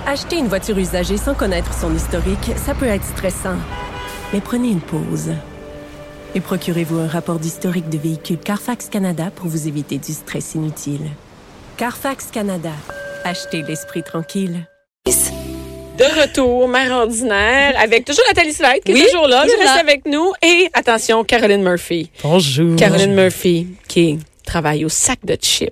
Acheter une voiture usagée sans connaître son historique, ça peut être stressant. Mais prenez une pause. Et procurez-vous un rapport d'historique de véhicule Carfax Canada pour vous éviter du stress inutile. Carfax Canada. Achetez l'esprit tranquille. De retour, mère ordinaire, avec toujours Nathalie Slide qui est toujours là, qui reste avec nous. Et attention, Caroline Murphy. Bonjour. Caroline Murphy, qui travaille au sac de chips.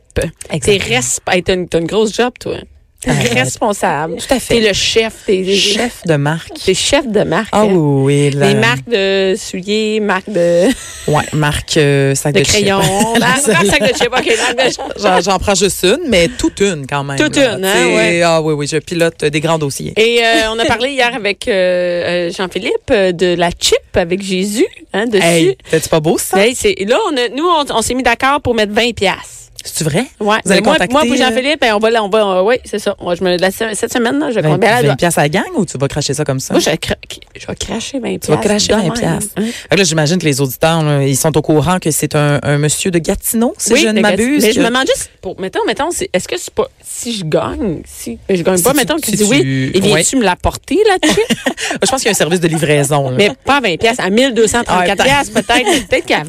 T'as une grosse job, toi. T'es responsable. Tout à fait. T'es le chef. Chef de marque. T'es chef de marque. Ah oui. Les marques de souliers, marques de... Ouais, marque sac de crayon. Sac de chips, OK. J'en prends juste une, mais toute une quand même. Toute une, hein, ouais. Ah oui, je pilote des grands dossiers. Et on a parlé hier avec Jean-Philippe de la chip avec Jésus, hein, dessus. Hey, c'est pas beau ça? Hey, là, on s'est mis d'accord pour mettre 20$. C'est vrai? Ouais. Vous allez contacter... Moi, pour Jean-Philippe, on va, oui, c'est ça. Cette semaine, là, je vais combien 20$ à la gang ou tu vas cracher ça comme ça? Moi, je vais cracher 20$. Tu vas cracher 20$. Là, j'imagine que les auditeurs, là, ils sont au courant que c'est un monsieur de Gatineau, si je ne m'abuse. Mais je me demande juste, mettons, est-ce que c'est pas, si je gagne, je gagne pas, mettons, tu dis oui, et viens-tu me l'apporter, là-dessus? Je pense qu'il y a un service de livraison, là. Mais pas à 20$, à 1234$ peut-être qu'à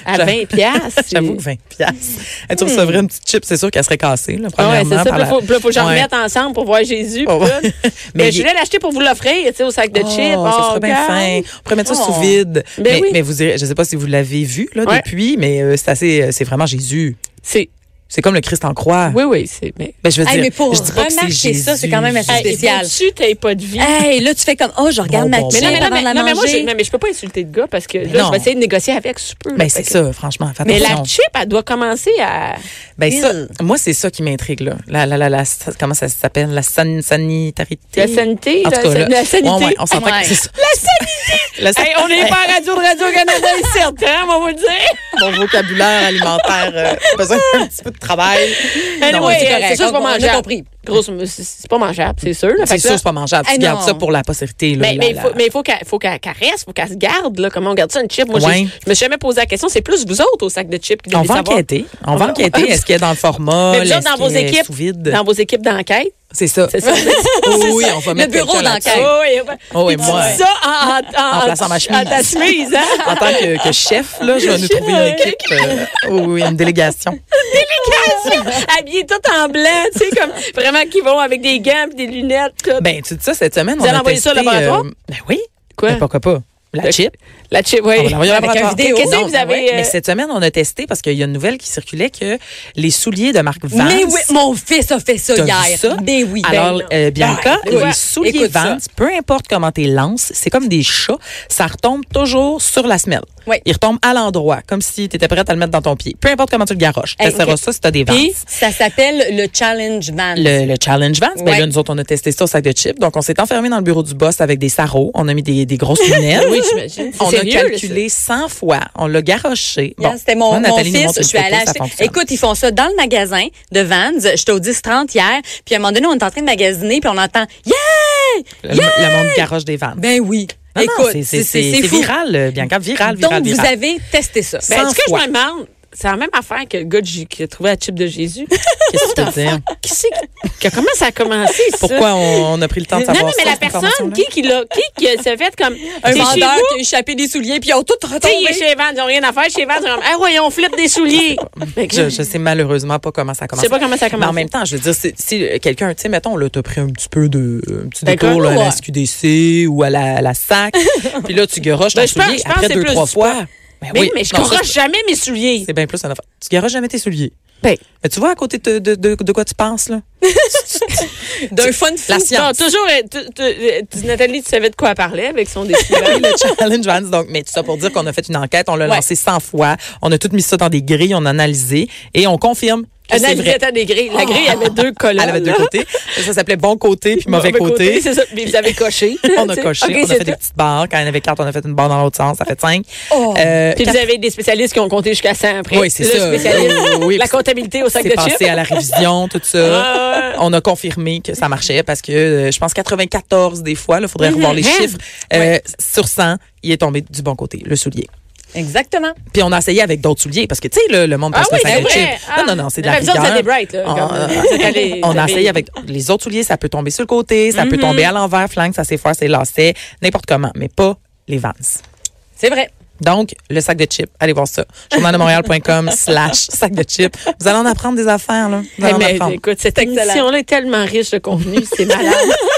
20$. J'avoue que 20$. Tu recevrais une petite chip, c'est sûr qu'elle serait cassée, là, premièrement. Ouais, c'est ça. Faut que j'en remette ensemble pour voir Jésus. Mais je voulais l'acheter pour vous l'offrir, tu sais, au sac de chips. Ça serait bien fin. On pourrait mettre ça sous vide. Mais vous direz, je sais pas si vous l'avez vu, là, depuis, mais c'est vraiment Jésus. C'est comme le Christ en croix. Oui, c'est. Mais je veux dire, mais pour je dis pas que remarquer ça, c'est quand même assez spécial. Tu t'as pas de vie. Là, tu fais comme, je regarde ma chip avant de la manger. Mais je peux pas insulter le gars parce que là, je vais essayer de négocier avec si je peux. Ben, c'est ça, franchement. Mais la chip, elle doit commencer à. Ben, ça, moi, c'est ça qui m'intrigue, là. Comment ça s'appelle? La sanitarité. La sanité. En tout cas, la sanité. Ouais, on s'entend que c'est ça. La sanité. On n'est pas à Radio-Canada ici, hein, on va vous le dire. Mon vocabulaire alimentaire a besoin d'un petit peu de travail. C'est sûr, c'est pas mangeable. C'est pas mangeable, c'est sûr. C'est sûr, c'est pas mangeable. Tu gardes ça pour la postérité. Mais il faut qu'elle reste, il faut qu'elle se garde. Là. Comment on garde ça, une chip? Moi, je me suis jamais posé la question. C'est plus vous autres au sac de chips qui devez savoir. On va enquêter. Est-ce qu'il est dans le format? Mais dans vos équipes d'enquête. C'est ça. Oui, on va mettre le bureau d'enquête. Oui, moi. Ça en plaçant ma chemise. Ta chemise, hein? En tant que chef, là, je vais nous trouver une équipe. Oui, une délégation. Habillés tout en blanc, tu sais, comme vraiment qui vont avec des gants et des lunettes. Tout. Ben, tu dis ça, cette semaine, vous allez envoyer ça au laboratoire? Ben oui. Quoi? Pourquoi pas? La chip. La chip, oui. Avec une vidéo. Qu'est-ce que vous avez... Mais cette semaine, on a testé parce qu'il y a une nouvelle qui circulait que les souliers de marque Vans... Mais oui, mon fils a fait ça hier. Vu ça? Mais oui. Alors, Bianca, les souliers Vans, peu importe comment tu les lances, c'est comme des chats, ça retombe toujours sur la semelle. Oui. Il retombe à l'endroit, comme si tu étais prête à le mettre dans ton pied. Peu importe comment tu le garoches. Tu testeras ça si tu as des Vans. Puis, ça s'appelle le Challenge Vans. Le Challenge Vans. Ouais. Ben là, nous autres, on a testé ça au sac de chips. Donc, on s'est enfermé dans le bureau du boss avec des sarraux. On a mis des grosses lunettes. Oui, j'imagine. On a calculé 100 fois. On l'a garoché. Bon, c'était mon fils. Je suis allée acheter. Écoute, ils font ça dans le magasin de Vans. J'étais au 10-30 hier. Puis à un moment donné, on est en train de magasiner. Puis on entend « Yeah! Le monde garoche des Vans. Ben oui. Non, écoute, c'est viral, Bianca. Viral. Donc, vous avez testé ça. Ben, ce que je me demande, c'est la même affaire que le gars qui a trouvé la chip de Jésus. Qu'est-ce que tu veux dire? Comment ça a commencé, ça? Pourquoi on a pris le temps de savoir non, mais ça, la personne qui s'est fait comme... Un vendeur qui a échappé des souliers, puis ils ont tout retombé. Il est chez Vans, ils n'ont rien à faire. Chez Vans, ils ont comme, ouais, on flippe des souliers. Je sais malheureusement pas comment ça a commencé. Je sais pas comment ça a commencé. Mais en même temps, je veux dire, si quelqu'un, tu sais, mettons, là, t'as pris un petit détour là, à la SQDC ou à la SAC, puis là, tu garoches ton soulier après 2-3 fois. Ben oui, mais je garoche jamais mes souliers. C'est bien plus une affaire. Tu garoches jamais tes souliers. Ben. Mais tu vois à côté de quoi tu penses, là? D'un fun fou. La science. Non, toujours, Nathalie, tu savais de quoi elle parlait avec son décision. Le Challenge Vans. Donc, mais tout ça pour dire qu'on a fait une enquête, on l'a lancé 100 fois, on a tout mis ça dans des grilles, on a analysé et on confirme. C'est vrai. Des grilles. La grille avait 2 colonnes. Elle avait 2 côtés. Ça s'appait bon côté puis mauvais côté. C'est ça. Mais vous avez coché. On a coché. Okay, on a fait des petites barres. Quand il y en avait 4, on a fait une barre dans l'autre sens. Ça fait 5. Puis vous avez des spécialistes qui ont compté jusqu'à 100 après. Oui, c'est ça. La comptabilité au sac de chips. C'est passé à la révision, tout ça. On a confirmé que ça marchait parce que je pense 94 des fois, il faudrait revoir les chiffres. Sur 100, il est tombé du bon côté, le soulier. Exactement. Puis on a essayé avec d'autres souliers parce que, tu sais, le monde pense que c'est de chips. Non, c'est de la rigueur. On a essayé avec les autres souliers, ça peut tomber sur le côté, ça peut tomber à l'envers, flanc, ça s'efface, c'est lacet, n'importe comment, mais pas les Vans. C'est vrai. Donc, le sac de chips, allez voir ça. journaldemontréal.com/sac de chips. Vous allez en apprendre des affaires, là. Vous allez en apprendre. Écoute, cette émission-là est tellement riche de contenu, c'est malade.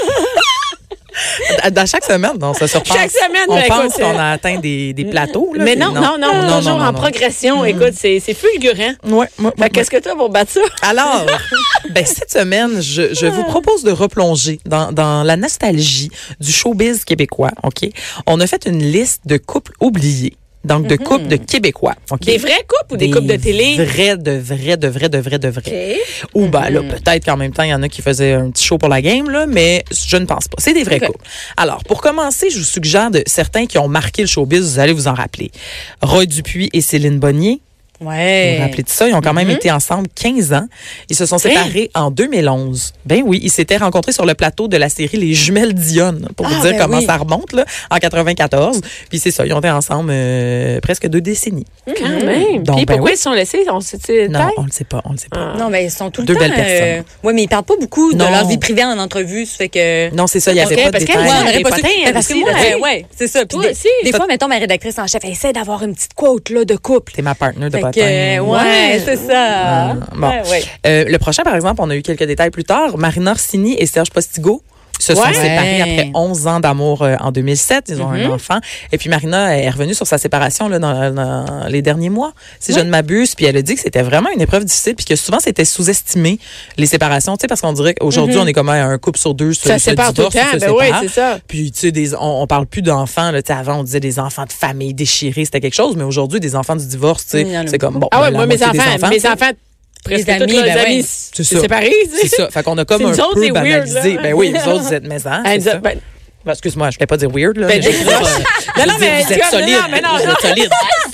Dans chaque semaine, on se surprend. Chaque semaine, on pense qu'on a atteint des plateaux. Là, mais non, toujours en progression. Écoute, c'est fulgurant. Ouais. Qu'est-ce que tu as pour battre ça? Alors, cette semaine, je vous propose de replonger dans la nostalgie du showbiz québécois. Ok, on a fait une liste de couples oubliés. Donc, de couples de Québécois. Okay? Des vrais couples ou des couples de télé? De vrais. Okay. Ou, là, peut-être qu'en même temps, il y en a qui faisaient un petit show pour la game, là, mais je ne pense pas. C'est des vrais couples. Alors, pour commencer, je vous suggère certains qui ont marqué le showbiz, vous allez vous en rappeler. Roy Dupuis et Céline Bonnier. Ouais. Vous vous rappelez de ça? Ils ont quand même été ensemble 15 ans. Ils se sont séparés en 2011. Ben oui, ils s'étaient rencontrés sur le plateau de la série Les Jumelles Dionne, pour vous dire comment ça remonte, là, en 94. Puis c'est ça, ils ont été ensemble presque 2 décennies. Quand même. Donc, puis pourquoi ils se sont laissés? Non, on le sait pas. Non, mais ils sont tout le temps... 2 belles personnes. Oui, mais ils parlent pas beaucoup de leur vie privée en entrevue, ça fait que... Non, c'est ça, il y avait pas de détails. Parce que moi, c'est ça. Des fois, mettons, ma rédactrice en chef, elle essaie d'avoir une petite quote là, de couple. T'es ma partenaire de bataille. C'est ça. Le prochain, par exemple, on a eu quelques détails plus tard. Marina Orsini et Serge Postigo se sont séparés après 11 ans d'amour en 2007. Ils ont un enfant. Et puis Marina est revenue sur sa séparation là, dans les derniers mois, si je ne m'abuse. Puis elle a dit que c'était vraiment une épreuve difficile puis que souvent c'était sous-estimé, les séparations. Tu sais, parce qu'on dirait qu'aujourd'hui, on est comme un couple sur 2 ça se sépare tout le temps. Oui, c'est ça. Puis tu sais, on parle plus d'enfants. Là, avant, on disait des enfants de famille déchirés, c'était quelque chose. Mais aujourd'hui, des enfants du divorce, tu sais, c'est comme bon. Ah ouais, moi, mes enfants presque tous les amis, c'est séparés. C'est ça. Fait qu'on a comme un peu banalisé. Ben oui, vous autres, vous êtes maisons. Excuse-moi, je ne voulais pas dire weird. Là, non, mais vous êtes solide. Vous êtes solide.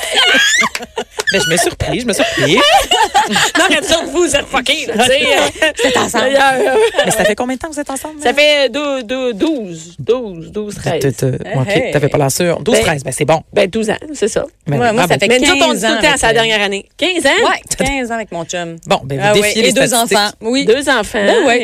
Mais je me suis repris. Non, mais vous êtes fuckés. Vous êtes ensemble. Mais ça fait combien de temps que vous êtes ensemble? Ça fait 12, 13. OK, t'avais pas l'air sûr. 12, 13, c'est bon. 12 ans, c'est ça. Moi, ça fait 15 ans. Mais nous, on dit tout le temps, c'est la dernière année. 15 ans? Oui, 15 ans avec mon chum. Bon, vous défiez les statistiques. 2 enfants. Oui. 2 enfants.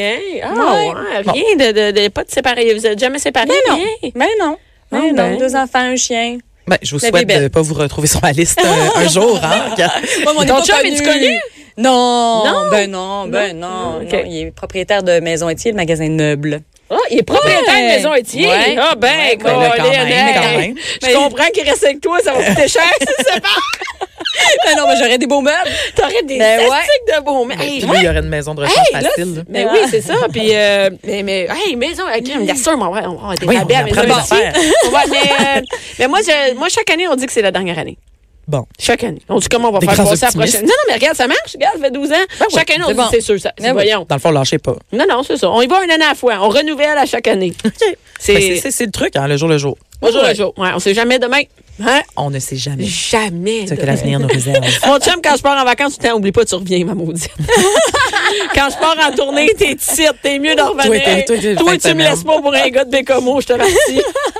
Rien de pas de séparer. Vous n'êtes jamais séparés? Mais non. 2 enfants, un chien. Je vous souhaite de ne pas vous retrouver sur ma liste un jour. Ton chum, es-tu connu? Non. Non. Il est propriétaire de Maison Etier, le magasin Neuble. Ah, il est propriétaire de Maison Etier? Ouais. Ah, quand même. Je comprends qu'il reste avec toi, ça va coûter cher, c'est pas. Non, mais j'aurais des beaux meubles. T'aurais des statistiques de beaux meubles. Puis lui, il y aurait une maison de recherche facile. Mais oui, c'est ça. Puis, maison, bien sûr, on va des rabais à Maison Etier. Mais moi, chaque année, on dit que c'est la dernière année. Bon. Chaque année. On dit comment on va faire passer la prochaine. Non, mais regarde, ça marche. Regarde, ça fait 12 ans. Chaque année, on dit c'est sûr. Voyons. Dans le fond, lâchez pas. Non, c'est ça. On y va une année à la fois. On renouvelle à chaque année. C'est le truc, le jour le jour. Au jour le jour. Ouais, on sait jamais demain. Hein? On ne sait jamais. Jamais. Ce que l'avenir nous réserve. Mon chum, quand je pars en vacances, tout le temps, oublie pas, tu reviens, ma maudite. Quand je pars en tournée, t'es ici, t'es mieux de revenir. Toi, tu me laisses pas pour un gars de Bécomo, je te remercie.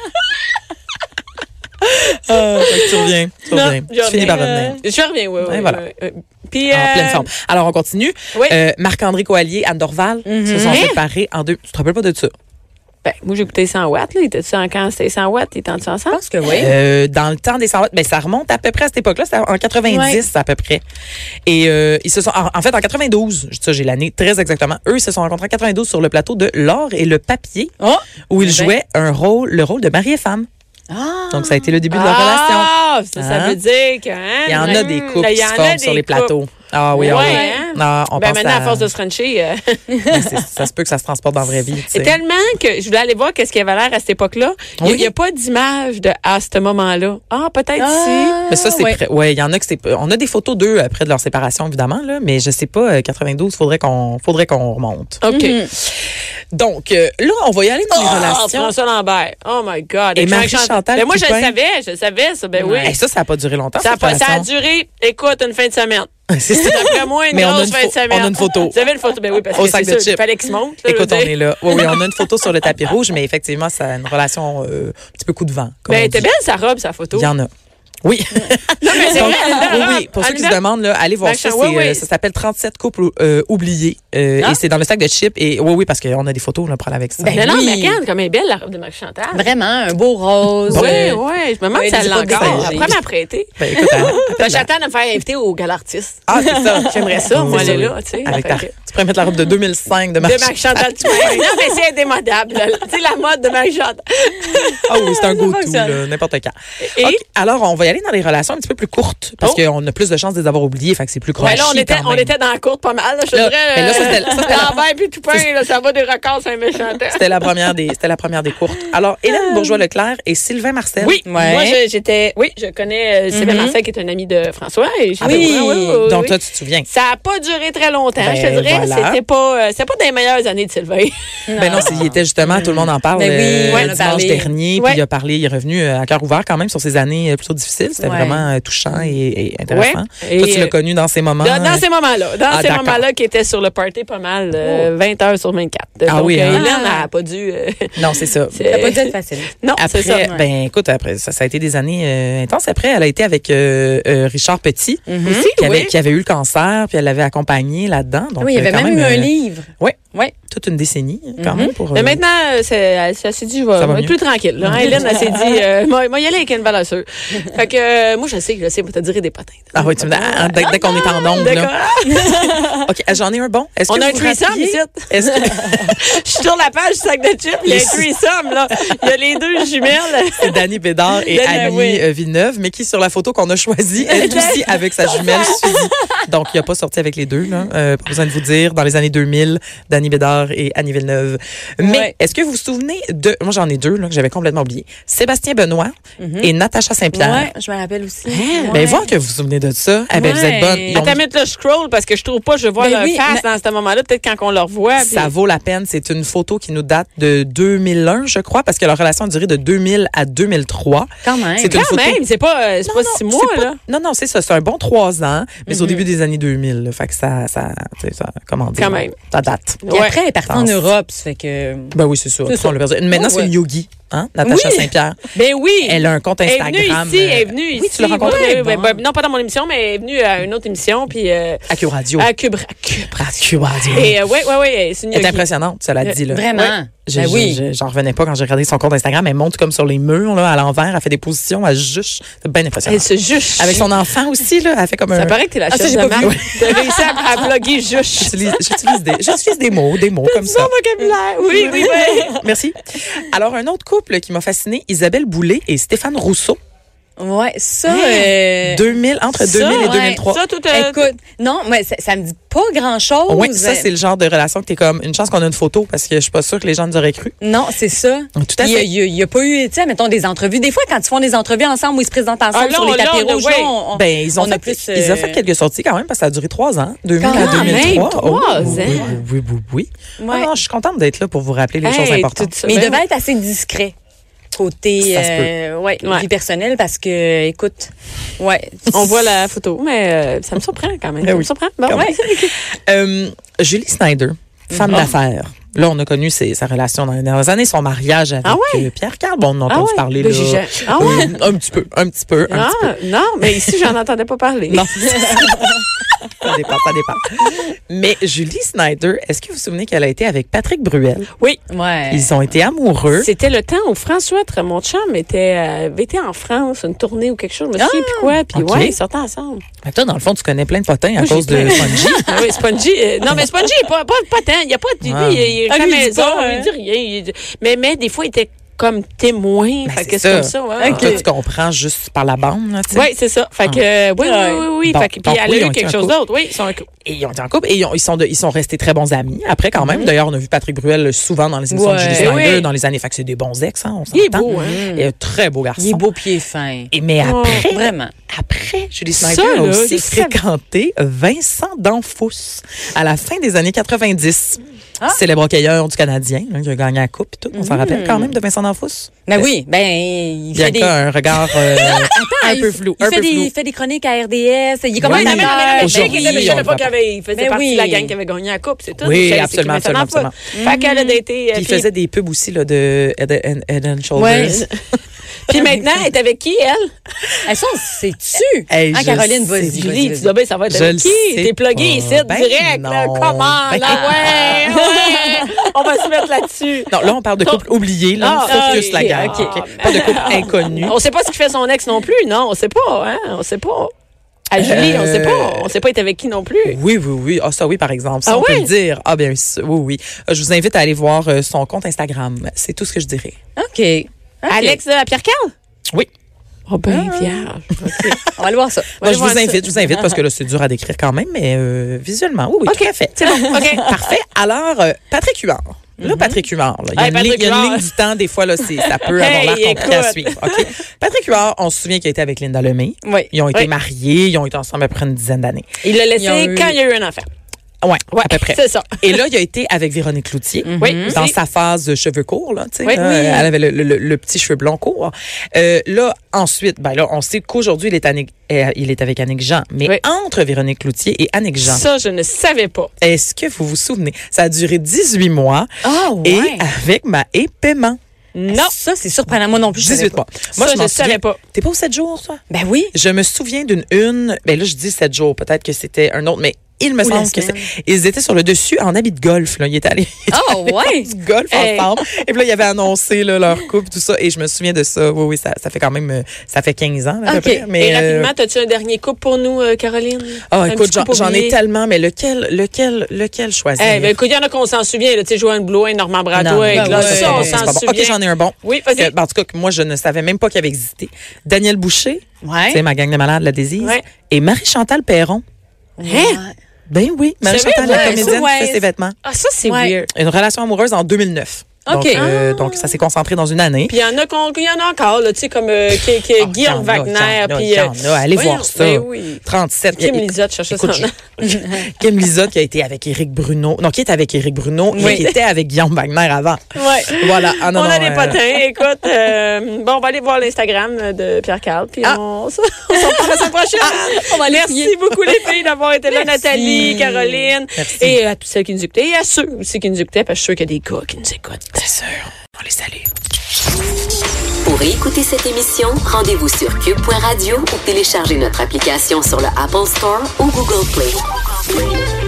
Tu reviens. Tu finis par revenir. Je reviens, oui. Voilà. Puis, en pleine forme. Alors, on continue. Oui. Marc-André Coallier, Anne Dorval se sont séparés en 2. Tu te rappelles pas de ça? Moi, j'ai écouté 100 watts. Là. Quand c'était 100 watts, ils étaient ensemble? Je pense que oui. Dans le temps des 100 watts, ça remonte à peu près à cette époque-là. C'était en 90 à peu près. Et ils se sont... En fait, en 92, j'ai l'année très exactement, eux, ils se sont rencontrés en 92 sur le plateau de L'Or et le Papier, où ils jouaient le rôle de mari et femme. Donc, ça a été le début de leur relation. Ça veut dire que... Il y en a des couples qui se forment sur les plateaux. Ah oui, maintenant, à force de se cruncher... ça se peut que ça se transporte dans la vraie vie. C'est tellement que je voulais aller voir qu'est-ce qu'il avait l'air à cette époque-là. Il n'y a pas d'image à ce moment-là. Peut-être si. Mais ça, c'est prêt. Oui, il y en a que c'est... On a des photos d'eux après de leur séparation, évidemment, là, mais je sais pas, 92, faudrait qu'on remonte. OK. Donc, là, on va y aller dans les relations. François Lambert. Oh my God. Et Marie-Chantal. Mais moi, je le savais, ça. Ben oui. Et ça n'a pas duré longtemps. Ça a duré, écoute, une fin de semaine. C'est ça. D'après moi, une grosse fin de semaine. On a une photo. Vous avez une photo? Ben oui, parce que c'est sûr, il fallait qu'il se monte. Écoute, on est là. Oui, on a une photo sur le tapis rouge, mais effectivement, ça a une relation un petit peu coup de vent. Ben, t'es belle sa robe, sa photo. Il y en a. Oui. Non, mais c'est vrai. Oui, pour ceux qui se demandent, là, allez voir ça. Ça s'appelle 37 couples oubliés. Et c'est dans le sac de chips. Et oui, parce qu'on a des photos, là, pour aller avec ça. Ben non, mais regarde, comme elle est belle, la robe de Marie-Chantal. Vraiment, un beau rose. Oui, je me demande si elle l'a encore. Après m'apprêter. Ben, écoute, j'attends de me faire inviter au Gala Artiste. Ah, c'est ça. J'aimerais ça, moi, aller là, tu sais. Tu pourrais mettre la robe de 2005 de Marie-Chantal. Non, mais c'est indémodable. Tu sais, la mode de Marie-Chantal. Ah oui, c'est un go-to, n'importe quand. Okay, alors, on va y aller dans les relations un petit peu plus courtes, parce qu'on a plus de chances de les avoir oubliées, fait que c'est plus crunchy. Là, on était dans la courte pas mal. Je dirais, c'était Lambert puis Toupin, ça va des records, c'est un méchant. C'était la première des courtes. Alors, Hélène Bourgeois-Leclerc et Sylvain Marcel. Oui, moi, je connais Sylvain Marcel, qui est un ami de François. Et donc, toi, tu te souviens. Ça n'a pas duré très longtemps, je te dirais. C'était pas des meilleures années de Sylvain. Ben non, il était justement, tout le monde en parle, dimanche dernier, puis il est revenu à cœur ouvert quand même sur ses années plutôt difficiles. C'était vraiment touchant et intéressant. Toi, tu l'as connu dans ces moments? Dans ces moments-là. Dans ces moments-là qui étaient sur le party pas mal, 20 heures sur 24. Donc, Hélène n'a pas dû... Non, c'est ça. Ça n'a pas dû être facile. Non, c'est ça. Ben écoute, après, ça a été des années intenses. Après, elle a été avec Richard Petit, qui avait eu le cancer, puis elle l'avait accompagné là-dedans. Donc, il y avait même eu un livre. Oui. Toute une décennie, quand même. Mais maintenant, elle s'est dit, je vais être plus tranquille. Là. Hélène, elle s'est dit, moi, y aller avec une valeur sûre. Fait que, moi, je sais, t'as duré des potins. Ah oui, tu me dis, dès qu'on est en ongle, là. OK, j'en ai un bon. On a un threesome ici. Je suis sur la page du sac de chips, il y a un threesome, là. Il y a les deux jumelles. C'est Dany Bédard et Annie Villeneuve, mais qui, sur la photo qu'on a choisie, elle est aussi avec sa jumelle Suzy. Donc, il n'a pas sorti avec les deux, là. Pas besoin de vous dire, dans les années 2000, Dany Bédard et Annie Villeneuve. Mais est-ce que vous vous souvenez de... Moi, j'en ai deux là, que j'avais complètement oublié. Sébastien Benoît et Natacha Saint-Pierre. Oui, je me rappelle aussi. Ben, voir que vous vous souvenez de ça. Eh ben, vous êtes bonne. Attends, mettre le scroll, parce que je trouve pas, je vois leur face dans ce moment-là. Peut-être quand on le revoit. Ça vaut la peine. C'est une photo qui nous date de 2001, je crois, parce que leur relation a duré de 2000 à 2003. Quand même. C'est c'est pas 6 mois, là. Non, c'est ça. C'est un bon 3 ans, mais c'est au début des années 2000. Là, fait que ça, comment dire? Quand même. Ça date. Puis après, elle est partie en Europe, ça fait que... Ben oui, c'est ça. Maintenant, c'est une yogi, hein, Natacha Saint-Pierre. Ben oui. Elle a un compte Instagram. Elle est venue ici. Oui, tu l'as rencontrée? Non, pas dans mon émission, mais elle est venue à une autre émission. Puis, à Cube Radio. À Cube Radio. Et oui, c'est une yogi. Elle est impressionnante, ça l'a dit. Là. Vraiment. J'en revenais pas quand j'ai regardé son compte Instagram. Elle monte comme sur les murs, là, à l'envers. Elle fait des positions, elle juche. C'est bien impressionnant. Elle se juche. Avec son enfant aussi, là. Elle fait comme Ça paraît que t'es la chef de marque. T'as réussi à bloguer juche. J'utilise des mots comme ça. Son vocabulaire. Oui. Merci. Alors, un autre couple qui m'a fasciné, Isabelle Boulay et Stéphane Rousseau. Ouais, ça... entre 2000 et 2003. Ça, écoute, non, mais ça me dit pas grand-chose. Oui, ça, c'est le genre de relation que t'es comme... Une chance qu'on a une photo, parce que je suis pas sûre que les gens nous auraient cru. Non, c'est ça. Tout à fait. Il y a pas eu, tu sais, mettons, des entrevues. Des fois, quand ils font des entrevues ensemble où ils se présentent ensemble sur les tapis rouges, ils ont fait quelques sorties quand même, parce que ça a duré 3 ans. 2000 à 2003. 3 ans. Oui. Je suis contente d'être là pour vous rappeler les choses importantes. Mais il devait être assez discret. Côté vie personnelle, parce que, écoute, on voit la photo, mais ça me surprend quand même. Ça me surprend. Bon, Julie Snyder, femme d'affaires. Là, on a connu sa relation dans les dernières années, son mariage avec Pierre Carl. Bon, on a entendu parler là. Un petit peu. Non, mais ici, j'en entendais pas parler. Non. Ça dépend. Mais Julie Snyder, est-ce que vous vous souvenez qu'elle a été avec Patrick Bruel? Oui. Ouais. Ils ont été amoureux. C'était le temps où François, mon chum, avait été en France, une tournée ou quelque chose, je me souviens plus quoi, puis ils sortaient ensemble. Mais toi, dans le fond, tu connais plein de potins à cause de Spongy. Oui, Spongy. Non, mais Spongy, pas tant. Il n'y a pas de... Lui, il est à la maison, il dit rien. Mais des fois, il était comme témoin. Fait que c'est comme ça. Toi, tu comprends juste par la bande. Oui, c'est ça. Fait que, oui. Puis elle a eu quelque chose d'autre. Oui, ils sont en couple. Et ils ont été en couple et ils sont restés très bons amis après quand même. D'ailleurs, on a vu Patrick Bruel souvent dans les émissions de Julie Snyder dans les années. Fait que c'est des bons ex, hein, on s'entend. Il est beau, hein. Il est un très beau garçon. Il est beau pied fin. Mais après, vraiment. Après, Julie Snyder a aussi fréquenté Vincent D'Anfous à la fin des années 90. Célèbre hockeyeur du Canadien, qui a gagné la coupe et tout. On s'en rappelle quand même de Vincent D'Anfous. Mais oui, il fait un regard un peu flou. Il fait des chroniques à RDS. Il est comme un amateur. Je savais pas qu'il faisait partie de la gang qui avait gagné la coupe, c'est tout. Oui, absolument. Fait qu'elle a daté. Il faisait des pubs aussi là, de Head and Shoulders. Puis maintenant, elle est avec qui, elle? Ça, on sait-tu? Caroline, vas-y. Julie, tu dois bien savoir avec qui. T'es pluguée ici, direct. Là, comment? Là, ouais. On va se mettre là-dessus. Non, là, on parle de couple oublié. Là, focus la guerre. Pas de couple inconnu. On sait pas ce qu'il fait son ex non plus, non? On sait pas, hein? On sait pas. À Julie, on sait pas. On sait pas être avec qui non plus. Oui. Ah, ça, oui, par exemple. Ça, on peut le dire. Ah, bien, oui. Je vous invite à aller voir son compte Instagram. C'est tout ce que je dirais. OK. Alex Pierre-Carl? Oui. Oh, ben, vierge. Okay. On va aller voir ça. Je vous invite parce que là, c'est dur à décrire quand même, mais visuellement, oui, tout à fait. C'est bon. OK. Parfait. Alors, Patrick Huard. Là, Patrick Huard, il y a une ligne du temps, des fois, là, ça peut avoir l'air compliqué à suivre. Okay? Patrick Huard, on se souvient qu'il a été avec Linda Lemay. Oui. Ils ont été mariés, ils ont été ensemble à peu près une dizaine d'années. Il l'a laissé quand il y a eu un enfant. Ouais, à peu près. C'est ça. Et là, il a été avec Véronique Cloutier, dans sa phase de cheveux courts, là, tu sais. Elle avait le petit cheveu blond court. Là, ensuite, là, on sait qu'aujourd'hui, il est avec Annick Jean. Mais entre Véronique Cloutier et Annick Jean. Ça, je ne savais pas. Est-ce que vous vous souvenez? Ça a duré 18 mois. Ah, ouais. Et avec Maë Paiement. Non. Ça, c'est surprenant. Moi non plus. 18 mois. Moi, je ne savais pas. T'es pas au 7 jours, toi? Ben oui. Je me souviens d'une. Ben là, je dis 7 jours. Peut-être que c'était un autre, mais il me semble que ils étaient sur le dessus en habit de golf. Là. Ils étaient allés du golf ensemble. Et puis là, ils avaient annoncé là, leur couple, tout ça. Et je me souviens de ça. Oui, ça fait quand même, ça fait 15 ans. Là, à peu près. Mais, et rapidement, as-tu un dernier couple pour nous, Caroline? Ah, écoute, j'en ai tellement, mais lequel choisir? Ben, écoute, il y en a qu'on s'en souvient. Tu sais, Joanne Blouin, Normand Bradouin. Ça, on s'en souvient. OK, j'en ai un bon. Oui, vas-y. En tout cas, moi, je ne savais même pas qu'il avait existé. Daniel Boucher, c'est ma gang de malades, la Désise. Et Marie-Chantal Perron. Hein? Ben oui, Marie-Chantal, la comédienne qui fait ses vêtements. Ah, ça, c'est weird. Une relation amoureuse en 2009. Donc, ça s'est concentré dans une année. Puis il y en a encore, tu sais, comme Guillaume Wagner. Allez voir ça. 37. Kim Lizotte, cherchez ça. Kim Lizotte qui a été avec Éric Bruno. Non, qui est avec Éric Bruno, mais qui était avec Guillaume Wagner avant. Oui. Voilà. On a des potins. Écoute, bon, on va aller voir l'Instagram de Pierre-Carl. Puis on s'en parle la semaine prochaine. Merci beaucoup, les filles, d'avoir été là. Nathalie, Caroline. Merci. Et à toutes celles qui nous écoutaient. Et à ceux aussi qui nous écoutaient, parce que je suis sûr qu'il y a des gars qui nous écoutent. C'est sûr. On les salue. Pour écouter cette émission, rendez-vous sur cube.radio ou téléchargez notre application sur le Apple Store ou Google Play.